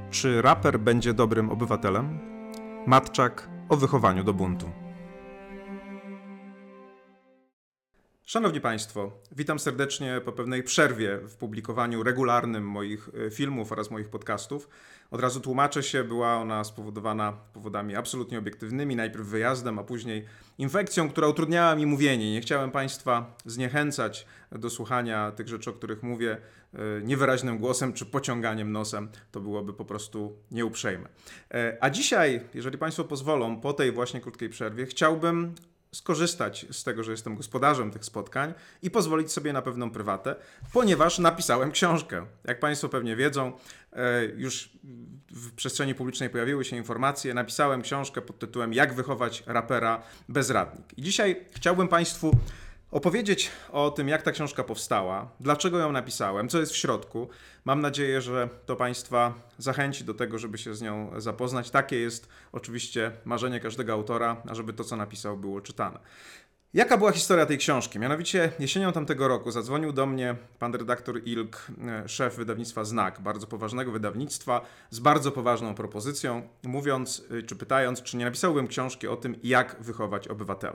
Czy raper będzie dobrym obywatelem? Matczak o wychowaniu do buntu. Szanowni Państwo, witam serdecznie po pewnej przerwie w publikowaniu regularnym moich filmów oraz moich podcastów. Od razu tłumaczę się, była ona spowodowana powodami absolutnie obiektywnymi, najpierw wyjazdem, a później infekcją, która utrudniała mi mówienie. Nie chciałem Państwa zniechęcać do słuchania tych rzeczy, o których mówię niewyraźnym głosem czy pociąganiem nosem. To byłoby po prostu nieuprzejme. A dzisiaj, jeżeli Państwo pozwolą, po tej właśnie krótkiej przerwie chciałbym skorzystać z tego, że jestem gospodarzem tych spotkań i pozwolić sobie na pewną prywatę, ponieważ napisałem książkę. Jak Państwo pewnie wiedzą, już w przestrzeni publicznej pojawiły się informacje, napisałem książkę pod tytułem Jak wychować rapera bezradnik. I dzisiaj chciałbym Państwu opowiedzieć o tym, jak ta książka powstała, dlaczego ją napisałem, co jest w środku. Mam nadzieję, że to Państwa zachęci do tego, żeby się z nią zapoznać. Takie jest oczywiście marzenie każdego autora, ażeby to, co napisał, było czytane. Jaka była historia tej książki? Mianowicie jesienią tamtego roku zadzwonił do mnie pan redaktor Ilk, szef wydawnictwa Znak, bardzo poważnego wydawnictwa, z bardzo poważną propozycją, mówiąc czy pytając, czy nie napisałbym książki o tym, jak wychować obywatela.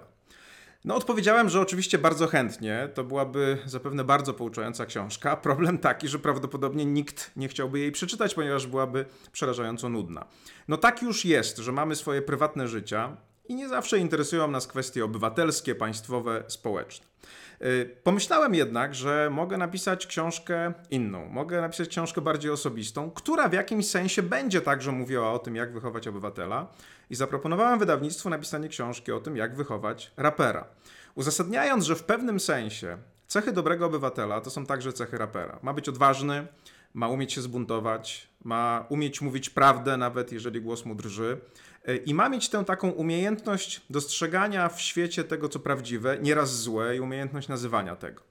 No odpowiedziałem, że oczywiście bardzo chętnie, to byłaby zapewne bardzo pouczająca książka. Problem taki, że prawdopodobnie nikt nie chciałby jej przeczytać, ponieważ byłaby przerażająco nudna. No tak już jest, że mamy swoje prywatne życia i nie zawsze interesują nas kwestie obywatelskie, państwowe, społeczne. Pomyślałem jednak, że mogę napisać książkę inną, mogę napisać książkę bardziej osobistą, która w jakimś sensie będzie także mówiła o tym, jak wychować obywatela i zaproponowałem wydawnictwu napisanie książki o tym, jak wychować rapera. Uzasadniając, że w pewnym sensie cechy dobrego obywatela to są także cechy rapera. Ma być odważny, ma umieć się zbuntować, ma umieć mówić prawdę, nawet jeżeli głos mu drży. I ma mieć tę taką umiejętność dostrzegania w świecie tego, co prawdziwe, nieraz złe i umiejętność nazywania tego.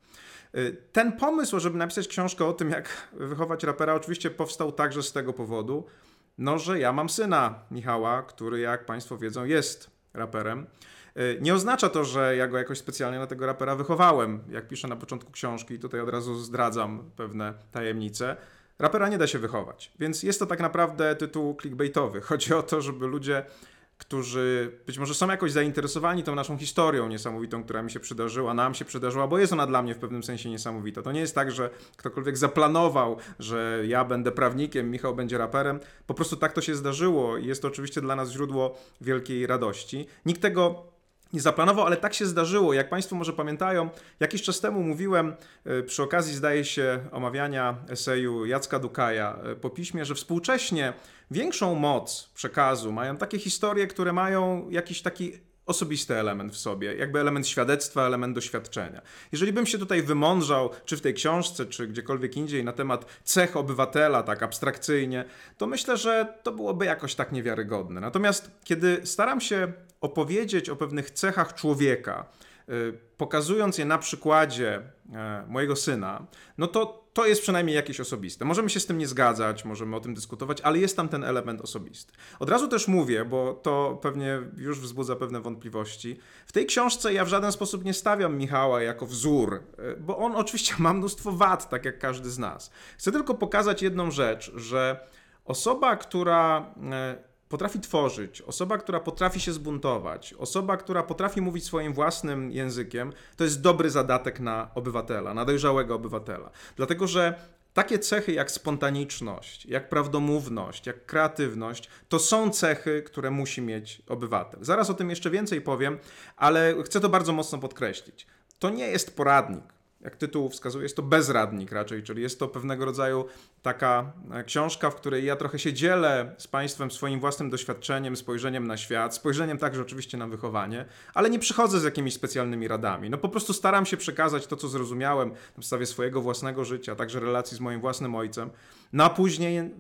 Ten pomysł, żeby napisać książkę o tym, jak wychować rapera, oczywiście powstał także z tego powodu, że ja mam syna Michała, który, jak Państwo wiedzą, jest raperem. Nie oznacza to, że ja go jakoś specjalnie na tego rapera wychowałem. Jak piszę na początku książki, tutaj od razu zdradzam pewne tajemnice. Rapera nie da się wychować, więc jest to tak naprawdę tytuł clickbaitowy. Chodzi o to, żeby ludzie, którzy być może są jakoś zainteresowani tą naszą historią niesamowitą, która mi się przydarzyła, nam się przydarzyła, bo jest ona dla mnie w pewnym sensie niesamowita. To nie jest tak, że ktokolwiek zaplanował, że ja będę prawnikiem, Michał będzie raperem. Po prostu tak to się zdarzyło i jest to oczywiście dla nas źródło wielkiej radości. Nikt tego nie zaplanował, ale tak się zdarzyło. Jak Państwo może pamiętają, jakiś czas temu mówiłem przy okazji, zdaje się, omawiania eseju Jacka Dukaja po piśmie, że współcześnie większą moc przekazu mają takie historie, które mają jakiś taki osobisty element w sobie, jakby element świadectwa, element doświadczenia. Jeżeli bym się tutaj wymądrzał, czy w tej książce, czy gdziekolwiek indziej na temat cech obywatela, tak abstrakcyjnie, to myślę, że to byłoby jakoś tak niewiarygodne. Natomiast kiedy staram się opowiedzieć o pewnych cechach człowieka, pokazując je na przykładzie mojego syna, no to jest przynajmniej jakieś osobiste. Możemy się z tym nie zgadzać, możemy o tym dyskutować, ale jest tam ten element osobisty. Od razu też mówię, bo to pewnie już wzbudza pewne wątpliwości. W tej książce ja w żaden sposób nie stawiam Michała jako wzór, bo on oczywiście ma mnóstwo wad, tak jak każdy z nas. Chcę tylko pokazać jedną rzecz, że osoba, która potrafi tworzyć, osoba, która potrafi się zbuntować, osoba, która potrafi mówić swoim własnym językiem, to jest dobry zadatek na obywatela, na dojrzałego obywatela. Dlatego, że takie cechy jak spontaniczność, jak prawdomówność, jak kreatywność, to są cechy, które musi mieć obywatel. Zaraz o tym jeszcze więcej powiem, ale chcę to bardzo mocno podkreślić. To nie jest poradnik. Jak tytuł wskazuje, jest to bezradnik raczej, czyli jest to pewnego rodzaju taka książka, w której ja trochę się dzielę z Państwem swoim własnym doświadczeniem, spojrzeniem na świat, spojrzeniem także oczywiście na wychowanie, ale nie przychodzę z jakimiś specjalnymi radami. No po prostu staram się przekazać to, co zrozumiałem na podstawie swojego własnego życia, także relacji z moim własnym ojcem, no a później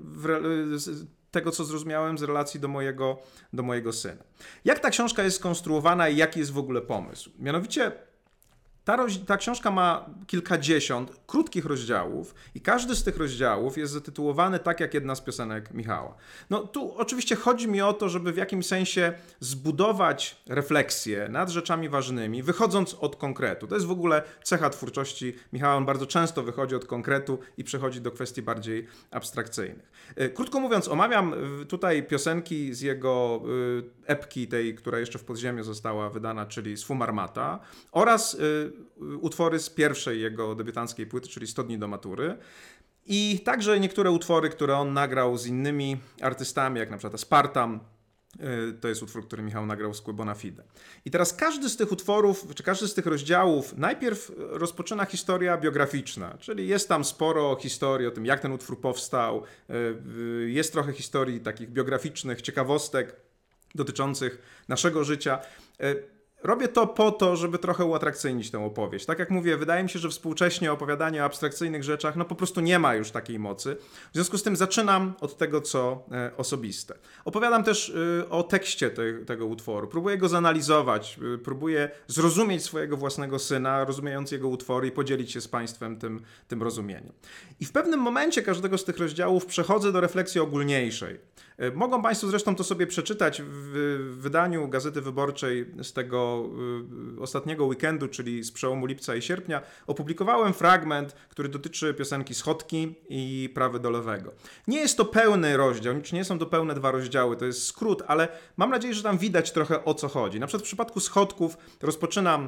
tego, co zrozumiałem z relacji do mojego syna. Jak ta książka jest skonstruowana i jaki jest w ogóle pomysł? Mianowicie Ta książka ma kilkadziesiąt krótkich rozdziałów i każdy z tych rozdziałów jest zatytułowany tak jak jedna z piosenek Michała. No tu oczywiście chodzi mi o to, żeby w jakimś sensie zbudować refleksję nad rzeczami ważnymi, wychodząc od konkretu. To jest w ogóle cecha twórczości Michała. On bardzo często wychodzi od konkretu i przechodzi do kwestii bardziej abstrakcyjnych. Krótko mówiąc, omawiam tutaj piosenki z jego epki, tej, która jeszcze w podziemiu została wydana, czyli Sfumarmata, oraz utwory z pierwszej jego debiutanckiej płyty, czyli 100 dni do matury. I także niektóre utwory, które on nagrał z innymi artystami, jak na przykład Aspartam. To jest utwór, który Michał nagrał z Bona Fide. I teraz każdy z tych utworów, czy każdy z tych rozdziałów najpierw rozpoczyna historia biograficzna, czyli jest tam sporo historii o tym, jak ten utwór powstał, jest trochę historii takich biograficznych, ciekawostek dotyczących naszego życia. Robię to po to, żeby trochę uatrakcyjnić tę opowieść. Tak jak mówię, wydaje mi się, że współcześnie opowiadanie o abstrakcyjnych rzeczach po prostu nie ma już takiej mocy. W związku z tym zaczynam od tego, co osobiste. Opowiadam też o tekście tego utworu. Próbuję go zanalizować, próbuję zrozumieć swojego własnego syna, rozumiejąc jego utwory i podzielić się z Państwem tym rozumieniem. I w pewnym momencie każdego z tych rozdziałów przechodzę do refleksji ogólniejszej. Mogą Państwo zresztą to sobie przeczytać w wydaniu Gazety Wyborczej z tego ostatniego weekendu, czyli z przełomu lipca i sierpnia. Opublikowałem fragment, który dotyczy piosenki Schodki i Prawy do lewego. Nie jest to pełny rozdział, nie są to pełne 2 rozdziały, to jest skrót, ale mam nadzieję, że tam widać trochę o co chodzi. Na przykład w przypadku Schodków rozpoczynam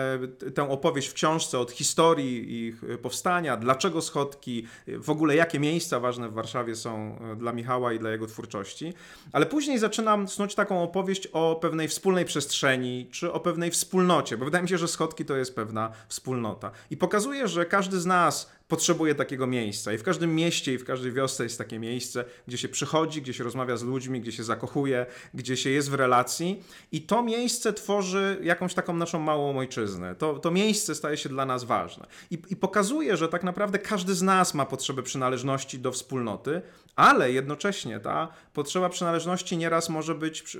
tę opowieść w książce od historii ich powstania, dlaczego Schodki, w ogóle jakie miejsca ważne w Warszawie są dla Michała i dla jego twórczości, ale później zaczynam snuć taką opowieść o pewnej wspólnej przestrzeni, czy o pewnej wspólnocie, bo wydaje mi się, że Schodki to jest pewna wspólnota. I pokazuje, że każdy z nas potrzebuje takiego miejsca i w każdym mieście i w każdej wiosce jest takie miejsce, gdzie się przychodzi, gdzie się rozmawia z ludźmi, gdzie się zakochuje, gdzie się jest w relacji i to miejsce tworzy jakąś taką naszą małą ojczyznę. To miejsce staje się dla nas ważne i pokazuje, że tak naprawdę każdy z nas ma potrzebę przynależności do wspólnoty, ale jednocześnie ta potrzeba przynależności nieraz może być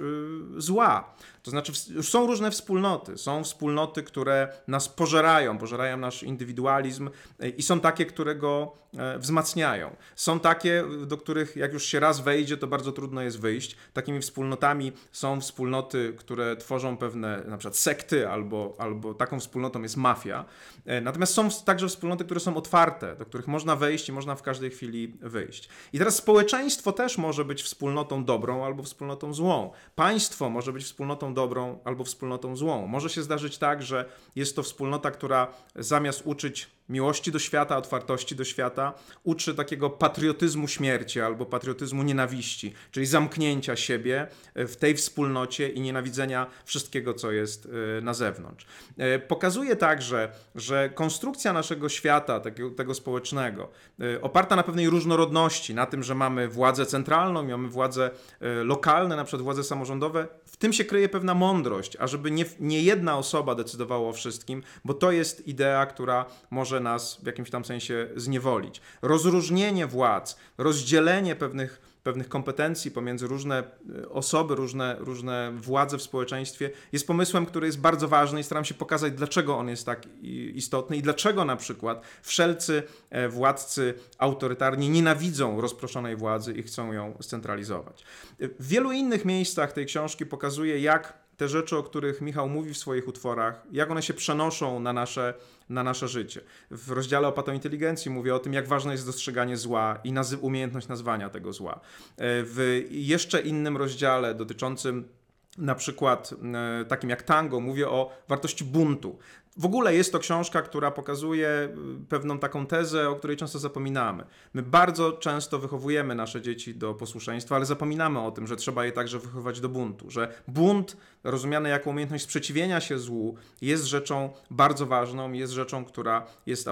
zła. To znaczy są różne wspólnoty. Są wspólnoty, które nas pożerają nasz indywidualizm i są takie, które go wzmacniają. Są takie, do których jak już się raz wejdzie, to bardzo trudno jest wyjść. Takimi wspólnotami są wspólnoty, które tworzą pewne na przykład sekty albo taką wspólnotą jest mafia. Natomiast są także wspólnoty, które są otwarte, do których można wejść i można w każdej chwili wyjść. I teraz społeczeństwo też może być wspólnotą dobrą albo wspólnotą złą. Państwo może być wspólnotą dobrą albo wspólnotą złą. Może się zdarzyć tak, że jest to wspólnota, która zamiast uczyć miłości do świata, otwartości do świata, uczy takiego patriotyzmu śmierci albo patriotyzmu nienawiści, czyli zamknięcia siebie w tej wspólnocie i nienawidzenia wszystkiego, co jest na zewnątrz. Pokazuje także, że konstrukcja naszego świata, tego społecznego, oparta na pewnej różnorodności, na tym, że mamy władzę centralną, mamy władze lokalne, na przykład władze samorządowe, w tym się kryje pewna mądrość, ażeby nie jedna osoba decydowała o wszystkim, bo to jest idea, która może nas w jakimś tam sensie zniewolić. Rozróżnienie władz, rozdzielenie pewnych kompetencji pomiędzy różne osoby, różne władze w społeczeństwie jest pomysłem, który jest bardzo ważny i staram się pokazać, dlaczego on jest tak istotny i dlaczego na przykład wszelcy władcy autorytarni nienawidzą rozproszonej władzy i chcą ją scentralizować. W wielu innych miejscach tej książki pokazuje, jak te rzeczy, o których Michał mówi w swoich utworach, jak one się przenoszą na nasze życie. W rozdziale o patointeligencji mówię o tym, jak ważne jest dostrzeganie zła i umiejętność nazwania tego zła. W jeszcze innym rozdziale dotyczącym na przykład takim jak tango, mówię o wartości buntu. W ogóle jest to książka, która pokazuje pewną taką tezę, o której często zapominamy. My bardzo często wychowujemy nasze dzieci do posłuszeństwa, ale zapominamy o tym, że trzeba je także wychowywać do buntu, że bunt rozumiany jako umiejętność sprzeciwienia się złu jest rzeczą bardzo ważną, jest rzeczą, która jest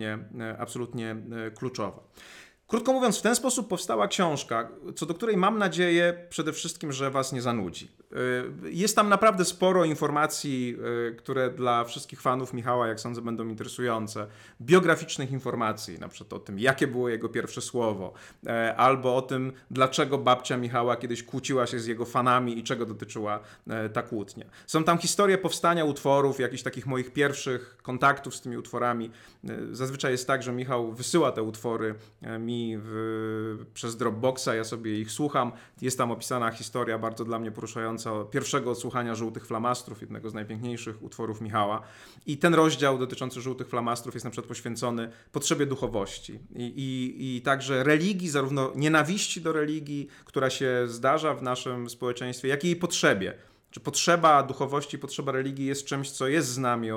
absolutnie kluczowa. Krótko mówiąc, w ten sposób powstała książka, co do której mam nadzieję przede wszystkim, że was nie zanudzi. Jest tam naprawdę sporo informacji, które dla wszystkich fanów Michała, jak sądzę, będą interesujące. Biograficznych informacji, na przykład o tym, jakie było jego pierwsze słowo, albo o tym, dlaczego babcia Michała kiedyś kłóciła się z jego fanami i czego dotyczyła ta kłótnia. Są tam historie powstania utworów, jakichś takich moich pierwszych kontaktów z tymi utworami. Zazwyczaj jest tak, że Michał wysyła te utwory mi przez Dropboxa, ja sobie ich słucham. Jest tam opisana historia bardzo dla mnie poruszająca pierwszego odsłuchania Żółtych Flamastrów, jednego z najpiękniejszych utworów Michała. I ten rozdział dotyczący Żółtych Flamastrów jest na przykład poświęcony potrzebie duchowości i także religii, zarówno nienawiści do religii, która się zdarza w naszym społeczeństwie, jak i jej potrzebie. Czy potrzeba duchowości, potrzeba religii jest czymś, co jest z nami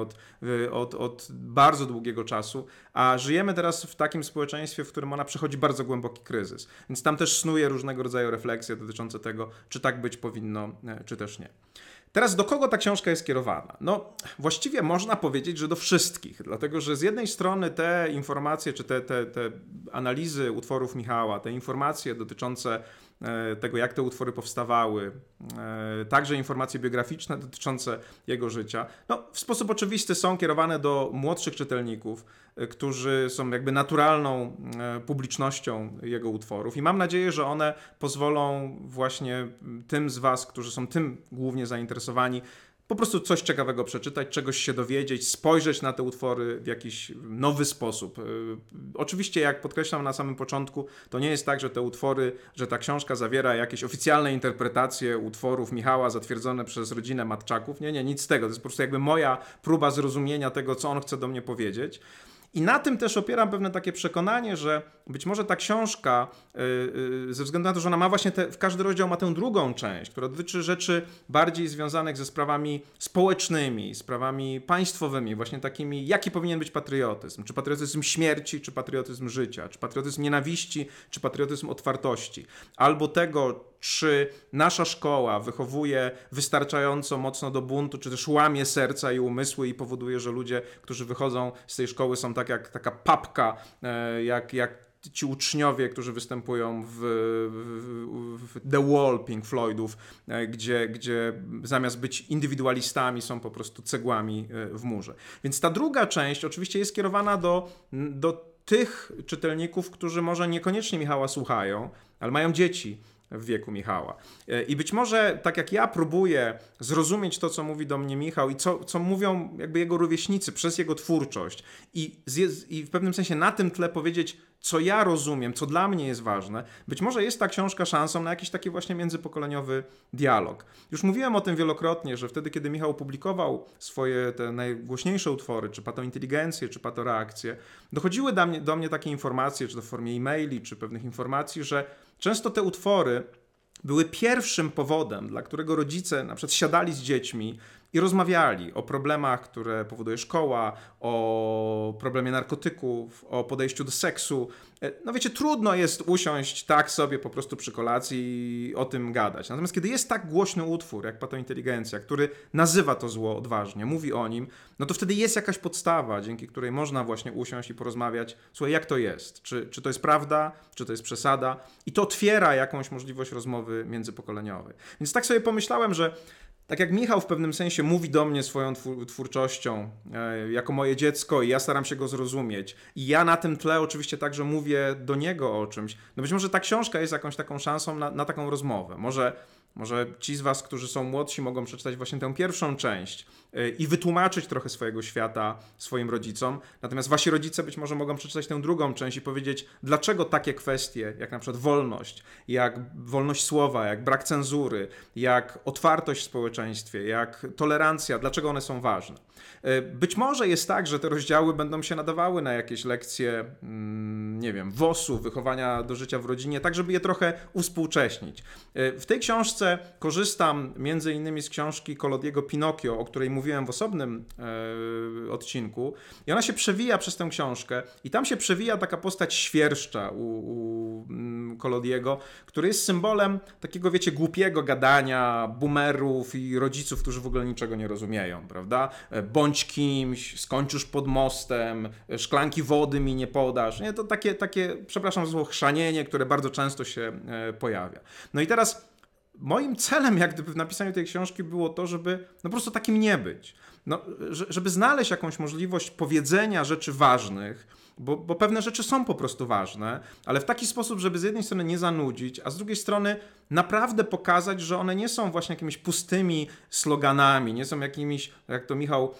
od bardzo długiego czasu, a żyjemy teraz w takim społeczeństwie, w którym ona przechodzi bardzo głęboki kryzys. Więc tam też snuje różnego rodzaju refleksje dotyczące tego, czy tak być powinno, czy też nie. Teraz do kogo ta książka jest kierowana? No, właściwie można powiedzieć, że do wszystkich, dlatego że z jednej strony te informacje, czy te analizy utworów Michała, te informacje dotyczące tego, jak te utwory powstawały, także informacje biograficzne dotyczące jego życia, no, w sposób oczywisty są kierowane do młodszych czytelników, którzy są jakby naturalną publicznością jego utworów i mam nadzieję, że one pozwolą właśnie tym z was, którzy są tym głównie zainteresowani, po prostu coś ciekawego przeczytać, czegoś się dowiedzieć, spojrzeć na te utwory w jakiś nowy sposób. Oczywiście, jak podkreślam na samym początku, to nie jest tak, że te utwory, że ta książka zawiera jakieś oficjalne interpretacje utworów Michała zatwierdzone przez rodzinę Matczaków. Nie, nic z tego. To jest po prostu jakby moja próba zrozumienia tego, co on chce do mnie powiedzieć. I na tym też opieram pewne takie przekonanie, że być może ta książka, ze względu na to, że ona ma właśnie każdy rozdział ma tę drugą część, która dotyczy rzeczy bardziej związanych ze sprawami społecznymi, sprawami państwowymi, właśnie takimi, jaki powinien być patriotyzm. Czy patriotyzm śmierci, czy patriotyzm życia, czy patriotyzm nienawiści, czy patriotyzm otwartości. Albo tego, czy nasza szkoła wychowuje wystarczająco mocno do buntu, czy też łamie serca i umysły i powoduje, że ludzie, którzy wychodzą z tej szkoły, są tak jak taka papka, jak ci uczniowie, którzy występują w The Wall Pink Floydów, gdzie zamiast być indywidualistami są po prostu cegłami w murze. Więc ta druga część oczywiście jest kierowana do tych czytelników, którzy może niekoniecznie Michała słuchają, ale mają dzieci w wieku Michała. I być może, tak jak ja próbuję zrozumieć to, co mówi do mnie Michał i co mówią jakby jego rówieśnicy przez jego twórczość i w pewnym sensie na tym tle powiedzieć, co ja rozumiem, co dla mnie jest ważne, być może jest ta książka szansą na jakiś taki właśnie międzypokoleniowy dialog. Już mówiłem o tym wielokrotnie, że wtedy, kiedy Michał publikował swoje te najgłośniejsze utwory, czy patointeligencję, czy patoreakcję, dochodziły do mnie takie informacje, czy to w formie e-maili, czy pewnych informacji, że często te utwory były pierwszym powodem, dla którego rodzice na przykład siadali z dziećmi i rozmawiali o problemach, które powoduje szkoła, o problemie narkotyków, o podejściu do seksu. No wiecie, trudno jest usiąść tak sobie po prostu przy kolacji i o tym gadać. Natomiast kiedy jest tak głośny utwór jak Patointeligencja, który nazywa to zło odważnie, mówi o nim, no to wtedy jest jakaś podstawa, dzięki której można właśnie usiąść i porozmawiać, słuchaj, jak to jest? Czy to jest prawda? Czy to jest przesada? I to otwiera jakąś możliwość rozmowy międzypokoleniowej. Więc tak sobie pomyślałem, że tak jak Michał w pewnym sensie mówi do mnie swoją twórczością jako moje dziecko i ja staram się go zrozumieć i ja na tym tle oczywiście także mówię do niego o czymś, no być może ta książka jest jakąś taką szansą na taką rozmowę. Może ci z was, którzy są młodsi, mogą przeczytać właśnie tę pierwszą część i wytłumaczyć trochę swojego świata swoim rodzicom. Natomiast wasi rodzice być może mogą przeczytać tę drugą część i powiedzieć, dlaczego takie kwestie, jak na przykład wolność, jak wolność słowa, jak brak cenzury, jak otwartość w społeczeństwie, jak tolerancja, dlaczego one są ważne. Być może jest tak, że te rozdziały będą się nadawały na jakieś lekcje, nie wiem, WOS-u, wychowania do życia w rodzinie, tak żeby je trochę uspółcześnić. W tej książce korzystam między innymi z książki Collodiego Pinokio, o której mówiłem w osobnym odcinku i ona się przewija przez tę książkę i tam się przewija taka postać świerszcza u Collodiego, który jest symbolem takiego, wiecie, głupiego gadania boomerów i rodziców, którzy w ogóle niczego nie rozumieją, prawda? Bądź kimś, skończysz pod mostem, szklanki wody mi nie podasz. Nie, to takie przepraszam za słowo, chrzanienie, które bardzo często się pojawia. No i teraz moim celem jak gdyby w napisaniu tej książki było to, żeby no po prostu takim nie być. No, żeby znaleźć jakąś możliwość powiedzenia rzeczy ważnych, bo pewne rzeczy są po prostu ważne, ale w taki sposób, żeby z jednej strony nie zanudzić, a z drugiej strony naprawdę pokazać, że one nie są właśnie jakimiś pustymi sloganami, nie są jakimiś, jak to Michał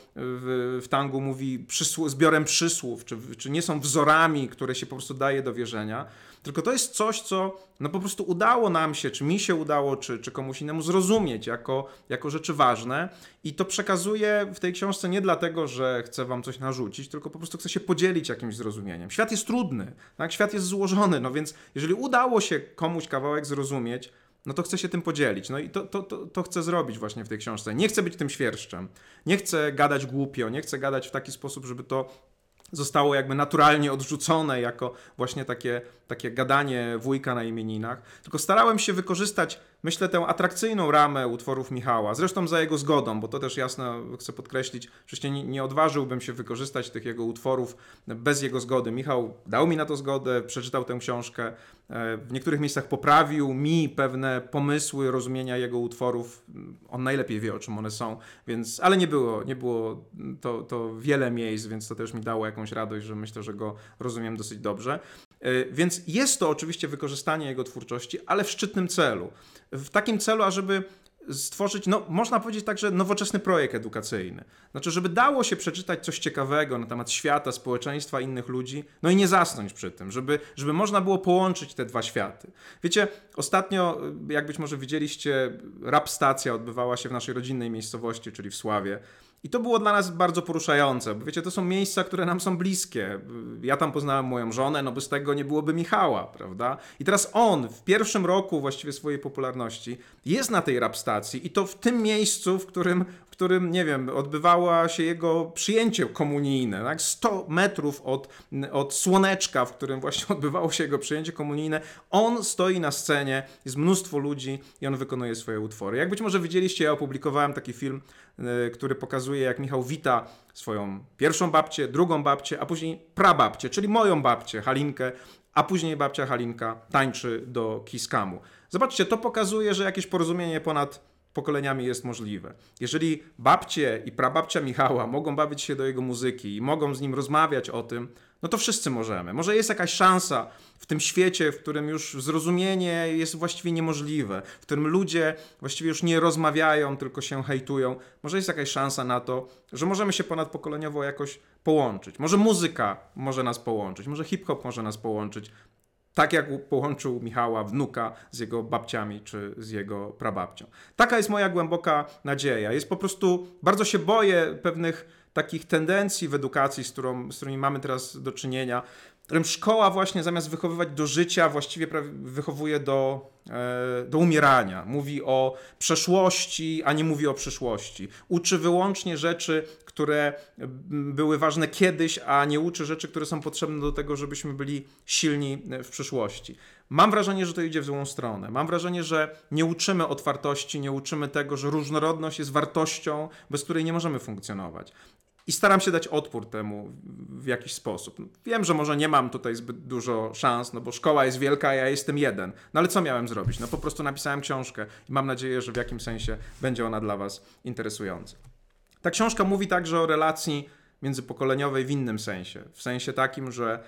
w tangu mówi, zbiorem przysłów, czy nie są wzorami, które się po prostu daje do wierzenia, tylko to jest coś, co no po prostu udało nam się, czy mi się udało, czy komuś innemu zrozumieć jako rzeczy ważne i to przekazuję w tej książce nie dlatego, że chcę wam coś narzucić, tylko po prostu chcę się podzielić jakimś zrozumieniem. Świat jest trudny, tak? Świat jest złożony, no więc jeżeli udało się komuś kawałek zrozumieć, no to chcę się tym podzielić. No i to chcę zrobić właśnie w tej książce. Nie chcę być tym świerszczem, nie chcę gadać głupio, nie chcę gadać w taki sposób, żeby to zostało jakby naturalnie odrzucone jako właśnie takie gadanie wujka na imieninach, tylko starałem się wykorzystać, myślę, tę atrakcyjną ramę utworów Michała, zresztą za jego zgodą, bo to też jasno chcę podkreślić, że nie odważyłbym się wykorzystać tych jego utworów bez jego zgody. Michał dał mi na to zgodę, przeczytał tę książkę, w niektórych miejscach poprawił mi pewne pomysły, rozumienia jego utworów. On najlepiej wie, o czym one są, więc, ale nie było to wiele miejsc, więc to też mi dało jakąś radość, że myślę, że go rozumiem dosyć dobrze. Więc jest to oczywiście wykorzystanie jego twórczości, ale w szczytnym celu. W takim celu, ażeby stworzyć, no można powiedzieć także nowoczesny projekt edukacyjny. Znaczy, żeby dało się przeczytać coś ciekawego na temat świata, społeczeństwa, innych ludzi, no i nie zasnąć przy tym, żeby można było połączyć te dwa światy. Wiecie, ostatnio, jak być może widzieliście, Rap Stacja odbywała się w naszej rodzinnej miejscowości, czyli w Sławie. I to było dla nas bardzo poruszające, bo wiecie, to są miejsca, które nam są bliskie. Ja tam poznałem moją żonę, no bez tego nie byłoby Michała, prawda? I teraz on w pierwszym roku właściwie swojej popularności jest na tej rap stacji i to w tym miejscu, w którym, nie wiem, odbywało się jego przyjęcie komunijne, tak? 100 metrów od Słoneczka, w którym właśnie odbywało się jego przyjęcie komunijne, on stoi na scenie, jest mnóstwo ludzi i on wykonuje swoje utwory. Jak być może widzieliście, ja opublikowałem taki film, który pokazuje, jak Michał wita swoją pierwszą babcię, drugą babcię, a później prababcię, czyli moją babcię, Halinkę, a później babcia Halinka tańczy do Kiskamu. Zobaczcie, to pokazuje, że jakieś porozumienie ponad pokoleniami jest możliwe. Jeżeli babcie i prababcia Michała mogą bawić się do jego muzyki i mogą z nim rozmawiać o tym, no to wszyscy możemy. Może jest jakaś szansa w tym świecie, w którym już zrozumienie jest właściwie niemożliwe, w którym ludzie właściwie już nie rozmawiają, tylko się hejtują. Może jest jakaś szansa na to, że możemy się ponadpokoleniowo jakoś połączyć. Może muzyka może nas połączyć, może hip-hop może nas połączyć. Tak jak połączył Michała, wnuka, z jego babciami czy z jego prababcią. Taka jest moja głęboka nadzieja. Jest po prostu, bardzo się boję pewnych takich tendencji w edukacji, z którymi mamy teraz do czynienia, którym szkoła właśnie zamiast wychowywać do życia, właściwie wychowuje do umierania. Mówi o przeszłości, a nie mówi o przyszłości. Uczy wyłącznie rzeczy, które były ważne kiedyś, a nie uczy rzeczy, które są potrzebne do tego, żebyśmy byli silni w przyszłości. Mam wrażenie, że to idzie w złą stronę. Mam wrażenie, że nie uczymy otwartości, nie uczymy tego, że różnorodność jest wartością, bez której nie możemy funkcjonować. I staram się dać odpór temu w jakiś sposób. Wiem, że może nie mam tutaj zbyt dużo szans, no bo szkoła jest wielka, a ja jestem jeden. No ale co miałem zrobić? No po prostu napisałem książkę i mam nadzieję, że w jakimś sensie będzie ona dla was interesująca. Ta książka mówi także o relacji międzypokoleniowej w innym sensie. W sensie takim, że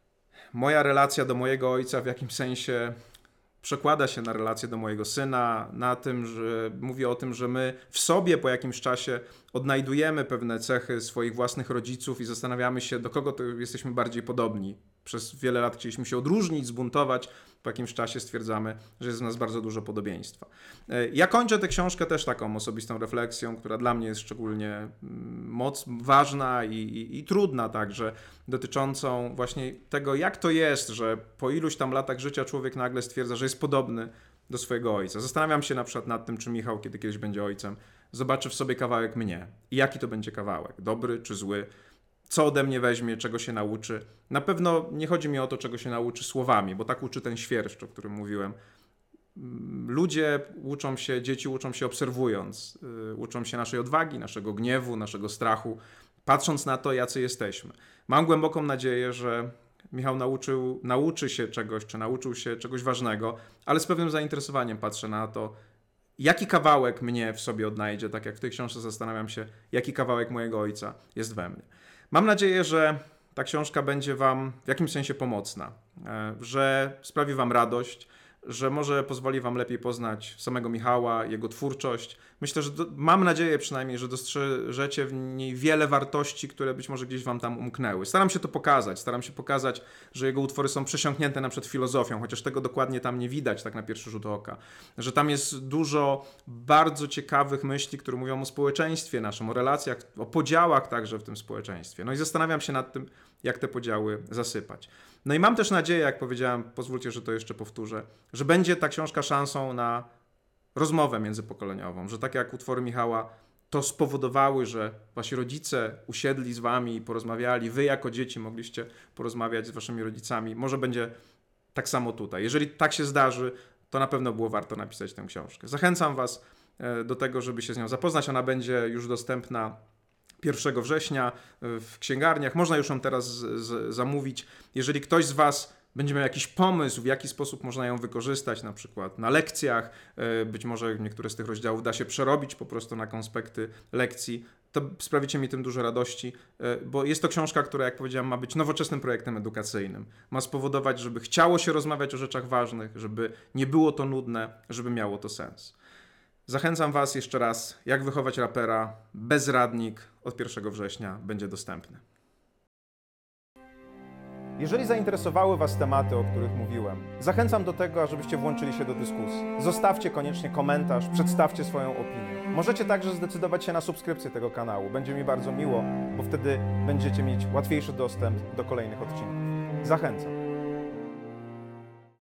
moja relacja do mojego ojca w jakimś sensie przekłada się na relację do mojego syna, na tym, że mówię o tym, że my w sobie po jakimś czasie odnajdujemy pewne cechy swoich własnych rodziców i zastanawiamy się, do kogo to jesteśmy bardziej podobni. Przez wiele lat chcieliśmy się odróżnić, zbuntować, po jakimś czasie stwierdzamy, że jest w nas bardzo dużo podobieństwa. Ja kończę tę książkę też taką osobistą refleksją, która dla mnie jest szczególnie ważna i trudna także, dotyczącą właśnie tego, jak to jest, że po iluś tam latach życia człowiek nagle stwierdza, że jest podobny do swojego ojca. Zastanawiam się na przykład nad tym, czy Michał, kiedy kiedyś będzie ojcem, zobaczy w sobie kawałek mnie. I jaki to będzie kawałek? Dobry czy zły? Co ode mnie weźmie, czego się nauczy? Na pewno nie chodzi mi o to, czego się nauczy słowami, bo tak uczy ten świerszcz, o którym mówiłem. Ludzie uczą się, dzieci uczą się obserwując, uczą się naszej odwagi, naszego gniewu, naszego strachu, patrząc na to, jacy jesteśmy. Mam głęboką nadzieję, że Michał nauczy się czegoś, czy nauczył się czegoś ważnego, ale z pewnym zainteresowaniem patrzę na to, jaki kawałek mnie w sobie odnajdzie, tak jak w tej książce zastanawiam się, jaki kawałek mojego ojca jest we mnie. Mam nadzieję, że ta książka będzie wam w jakimś sensie pomocna, że sprawi wam radość, że może pozwoli wam lepiej poznać samego Michała, jego twórczość. Myślę, że mam nadzieję przynajmniej, że dostrzeżecie w niej wiele wartości, które być może gdzieś wam tam umknęły. Staram się to pokazać, że jego utwory są przesiąknięte na przykład filozofią, chociaż tego dokładnie tam nie widać tak na pierwszy rzut oka. Że tam jest dużo bardzo ciekawych myśli, które mówią o społeczeństwie naszym, o relacjach, o podziałach także w tym społeczeństwie. No i zastanawiam się nad tym, jak te podziały zasypać. No i mam też nadzieję, jak powiedziałem, pozwólcie, że to jeszcze powtórzę, że będzie ta książka szansą na rozmowę międzypokoleniową, że tak jak utwory Michała to spowodowały, że wasi rodzice usiedli z wami i porozmawiali, wy jako dzieci mogliście porozmawiać z waszymi rodzicami. Może będzie tak samo tutaj. Jeżeli tak się zdarzy, to na pewno było warto napisać tę książkę. Zachęcam was do tego, żeby się z nią zapoznać. Ona będzie już dostępna 1 września w księgarniach. Można już ją teraz zamówić. Jeżeli ktoś z was będzie miał jakiś pomysł, w jaki sposób można ją wykorzystać, na przykład na lekcjach, być może niektóre z tych rozdziałów da się przerobić po prostu na konspekty lekcji, to sprawicie mi tym dużo radości, bo jest to książka, która, jak powiedziałem, ma być nowoczesnym projektem edukacyjnym. Ma spowodować, żeby chciało się rozmawiać o rzeczach ważnych, żeby nie było to nudne, żeby miało to sens. Zachęcam was jeszcze raz, jak wychować rapera, bezradnik od 1 września będzie dostępny. Jeżeli zainteresowały was tematy, o których mówiłem, zachęcam do tego, ażebyście włączyli się do dyskusji. Zostawcie koniecznie komentarz, przedstawcie swoją opinię. Możecie także zdecydować się na subskrypcję tego kanału. Będzie mi bardzo miło, bo wtedy będziecie mieć łatwiejszy dostęp do kolejnych odcinków. Zachęcam.